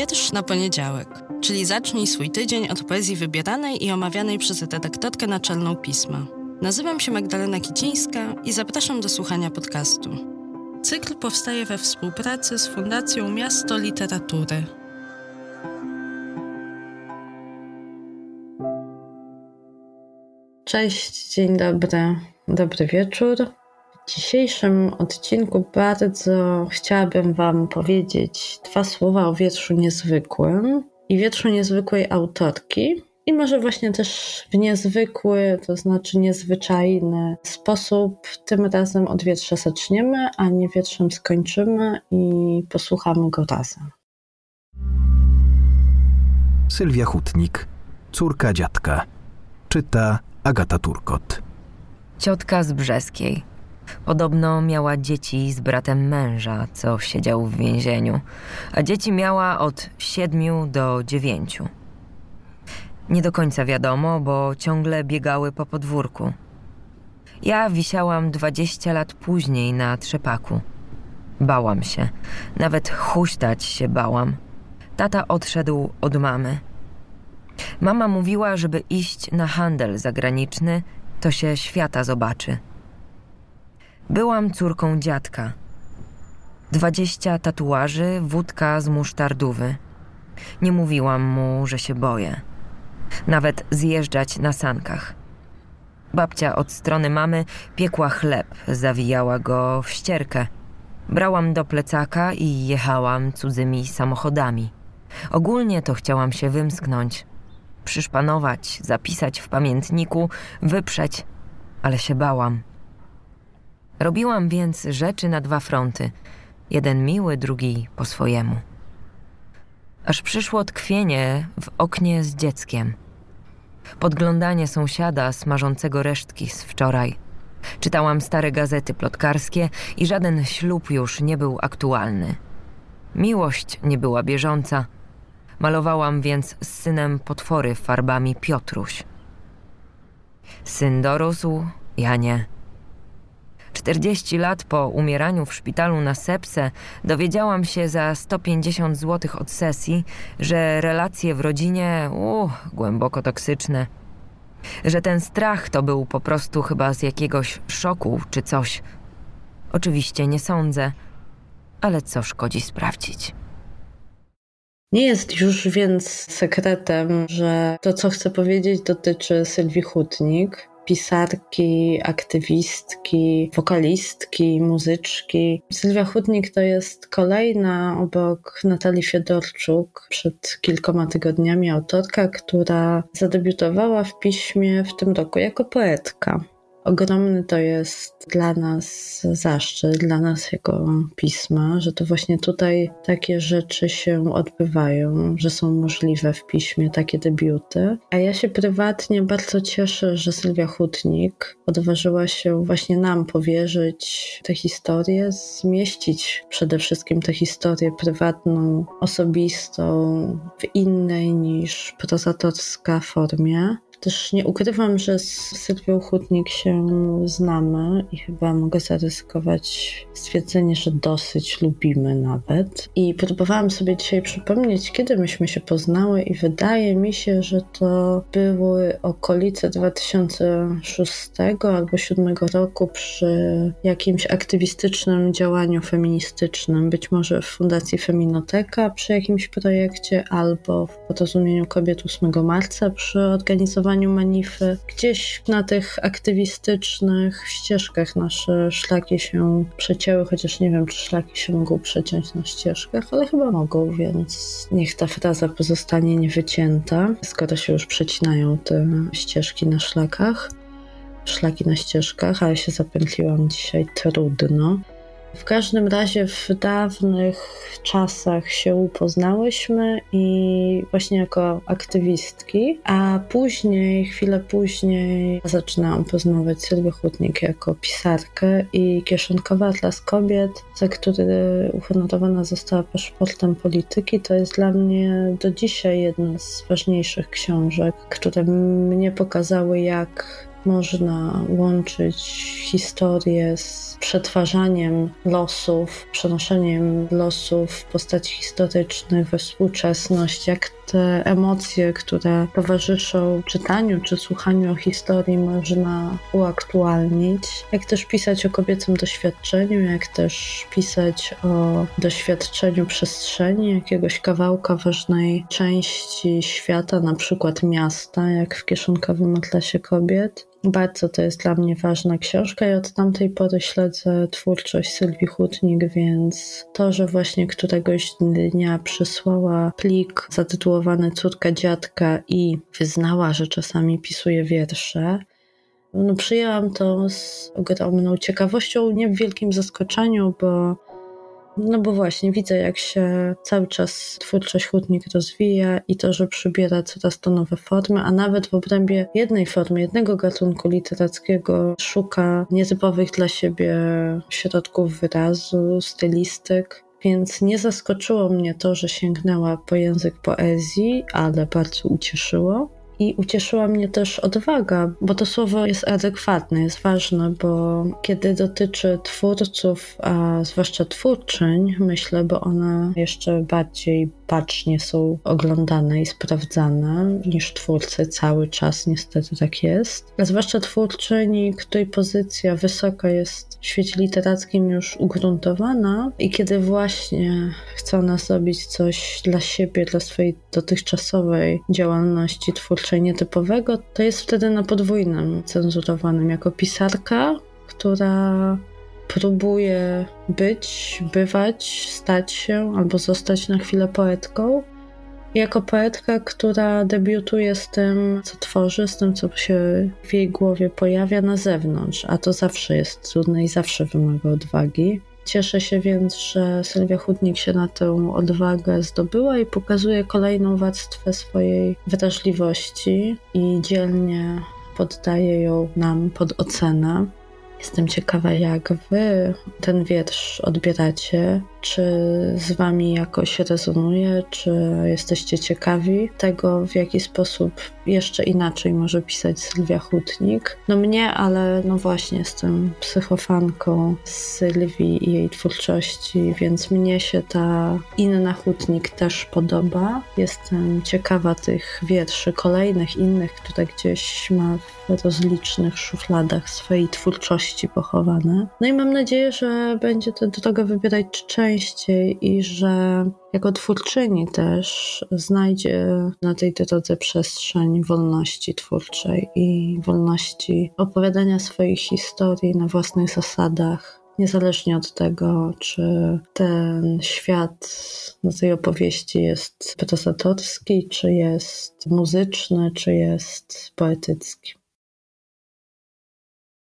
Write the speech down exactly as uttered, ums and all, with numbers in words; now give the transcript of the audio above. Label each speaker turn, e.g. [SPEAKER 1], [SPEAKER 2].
[SPEAKER 1] Wiersz na poniedziałek, czyli zacznij swój tydzień od poezji wybieranej i omawianej przez redaktorkę naczelną pisma. Nazywam się Magdalena Kicińska i zapraszam do słuchania podcastu. Cykl powstaje we współpracy z Fundacją Miasto Literatury. Cześć, dzień dobry, dobry wieczór. W dzisiejszym odcinku bardzo chciałabym Wam powiedzieć dwa słowa o wierszu niezwykłym i wierszu niezwykłej autorki. I może właśnie też w niezwykły, to znaczy niezwyczajny sposób tym razem od wiersza zaczniemy, a nie wierszem skończymy i posłuchamy go razem.
[SPEAKER 2] Sylwia Hutnik, córka dziadka. Czyta Agata Turkot.
[SPEAKER 3] Ciotka z Brzeskiej. Podobno miała dzieci z bratem męża, co siedział w więzieniu, a dzieci miała od siedmiu do dziewięciu. Nie do końca wiadomo, bo ciągle biegały po podwórku. Ja wisiałam dwadzieścia lat później na trzepaku. Bałam się, nawet huśtać się bałam. Tata odszedł od mamy. Mama mówiła, żeby iść na handel zagraniczny, to się świata zobaczy. Byłam córką dziadka. Dwadzieścia tatuaży, wódka z musztardówy. Nie mówiłam mu, że się boję. Nawet zjeżdżać na sankach. Babcia od strony mamy piekła chleb, zawijała go w ścierkę. Brałam do plecaka i jechałam cudzymi samochodami. Ogólnie to chciałam się wymsknąć. Przyszpanować, zapisać w pamiętniku, wyprzeć, ale się bałam. Robiłam więc rzeczy na dwa fronty. Jeden miły, drugi po swojemu. Aż przyszło tkwienie w oknie z dzieckiem. Podglądanie sąsiada smażącego resztki z wczoraj. Czytałam stare gazety plotkarskie i żaden ślub już nie był aktualny. Miłość nie była bieżąca. Malowałam więc z synem potwory farbami Piotruś. Syn dorósł, ja nie. Czterdzieści lat po umieraniu w szpitalu na sepsę dowiedziałam się za sto pięćdziesiąt złotych od sesji, że relacje w rodzinie, uh, głęboko toksyczne. Że ten strach to był po prostu chyba z jakiegoś szoku czy coś. Oczywiście nie sądzę, ale co szkodzi sprawdzić.
[SPEAKER 1] Nie jest już więc sekretem, że to, co chcę powiedzieć, dotyczy Sylwii Hutnik, pisarki, aktywistki, wokalistki, muzyczki. Sylwia Hutnik to jest kolejna obok Natalii Fiedorczuk przed kilkoma tygodniami autorka, która zadebiutowała w piśmie w tym roku jako poetka. Ogromny to jest dla nas zaszczyt, dla nas jako pisma, że to właśnie tutaj takie rzeczy się odbywają, że są możliwe w piśmie takie debiuty. A ja się prywatnie bardzo cieszę, że Sylwia Hutnik odważyła się właśnie nam powierzyć tę historię, zmieścić przede wszystkim tę historię prywatną, osobistą w innej niż prozatorska formie. Też nie ukrywam, że z Sylwią Hutnik się znamy i chyba mogę zaryzykować stwierdzenie, że dosyć lubimy nawet. I próbowałam sobie dzisiaj przypomnieć, kiedy myśmy się poznały i wydaje mi się, że to były okolice dwa tysiące szóstego albo dwa tysiące siódmego roku przy jakimś aktywistycznym działaniu feministycznym, być może w Fundacji Feminoteka przy jakimś projekcie albo w Porozumieniu Kobiet ósmego marca przy organizowaniu manify. Gdzieś na tych aktywistycznych ścieżkach nasze szlaki się przecięły, chociaż nie wiem, czy szlaki się mogą przeciąć na ścieżkach, ale chyba mogą, więc niech ta fraza pozostanie niewycięta, skoro się już przecinają te ścieżki na szlakach. Szlaki na ścieżkach, ale się zapętliłam dzisiaj trudno. W każdym razie w dawnych czasach się poznałyśmy i właśnie jako aktywistki, a później, chwilę później zaczynałam poznawać Sylwię Hutnik jako pisarkę i Kieszonkowy Atlas Kobiet, za który uhonorowana została paszportem polityki. To jest dla mnie do dzisiaj jedna z ważniejszych książek, które mnie pokazały, jak można łączyć historię z przetwarzaniem losów, przenoszeniem losów postaci historycznych we współczesność, jak te emocje, które towarzyszą czytaniu czy słuchaniu o historii, można uaktualnić, jak też pisać o kobiecym doświadczeniu, jak też pisać o doświadczeniu przestrzeni, jakiegoś kawałka ważnej części świata, na przykład miasta, jak w Kieszonkowym Atlasie Kobiet. Bardzo to jest dla mnie ważna książka i od tamtej pory śledzę twórczość Sylwii Hutnik, więc to, że właśnie któregoś dnia przysłała plik zatytułowany Córka dziadka i wyznała, że czasami pisuje wiersze, no przyjęłam to z ogromną ciekawością, nie w wielkim zaskoczeniu, bo No bo właśnie widzę, jak się cały czas twórczość Hutnik rozwija i to, że przybiera coraz to nowe formy, a nawet w obrębie jednej formy, jednego gatunku literackiego szuka nietypowych dla siebie środków wyrazu, stylistyk. Więc nie zaskoczyło mnie to, że sięgnęła po język poezji, ale bardzo ucieszyło. I ucieszyła mnie też odwaga, bo to słowo jest adekwatne, jest ważne, bo kiedy dotyczy twórców, a zwłaszcza twórczyń, myślę, bo one jeszcze bardziej bacznie są oglądane i sprawdzane niż twórcy cały czas, niestety tak jest. A zwłaszcza twórczyni, której pozycja wysoka jest w świecie literackim już ugruntowana i kiedy właśnie chce ona zrobić coś dla siebie, dla swojej dotychczasowej działalności twórczej nietypowego, to jest wtedy na podwójnym cenzurowanym jako pisarka, która próbuje być, bywać, stać się albo zostać na chwilę poetką. Jako poetka, która debiutuje z tym, co tworzy, z tym, co się w jej głowie pojawia na zewnątrz, a to zawsze jest trudne i zawsze wymaga odwagi. Cieszę się więc, że Sylwia Hutnik się na tę odwagę zdobyła i pokazuje kolejną warstwę swojej wrażliwości i dzielnie poddaje ją nam pod ocenę. Jestem ciekawa, jak wy ten wiersz odbieracie, czy z wami jakoś rezonuje, czy jesteście ciekawi tego, w jaki sposób jeszcze inaczej może pisać Sylwia Hutnik. No mnie, ale no właśnie jestem psychofanką Sylwii i jej twórczości, więc mnie się ta inna Hutnik też podoba. Jestem ciekawa tych wierszy kolejnych, innych, które gdzieś ma w rozlicznych szufladach swojej twórczości pochowane. No i mam nadzieję, że będzie tę drogę wybierać częściej i że jako twórczyni też znajdzie na tej drodze przestrzeń wolności twórczej i wolności opowiadania swoich historii na własnych zasadach, niezależnie od tego, czy ten świat na tej opowieści jest prozatorski, czy jest muzyczny, czy jest poetycki.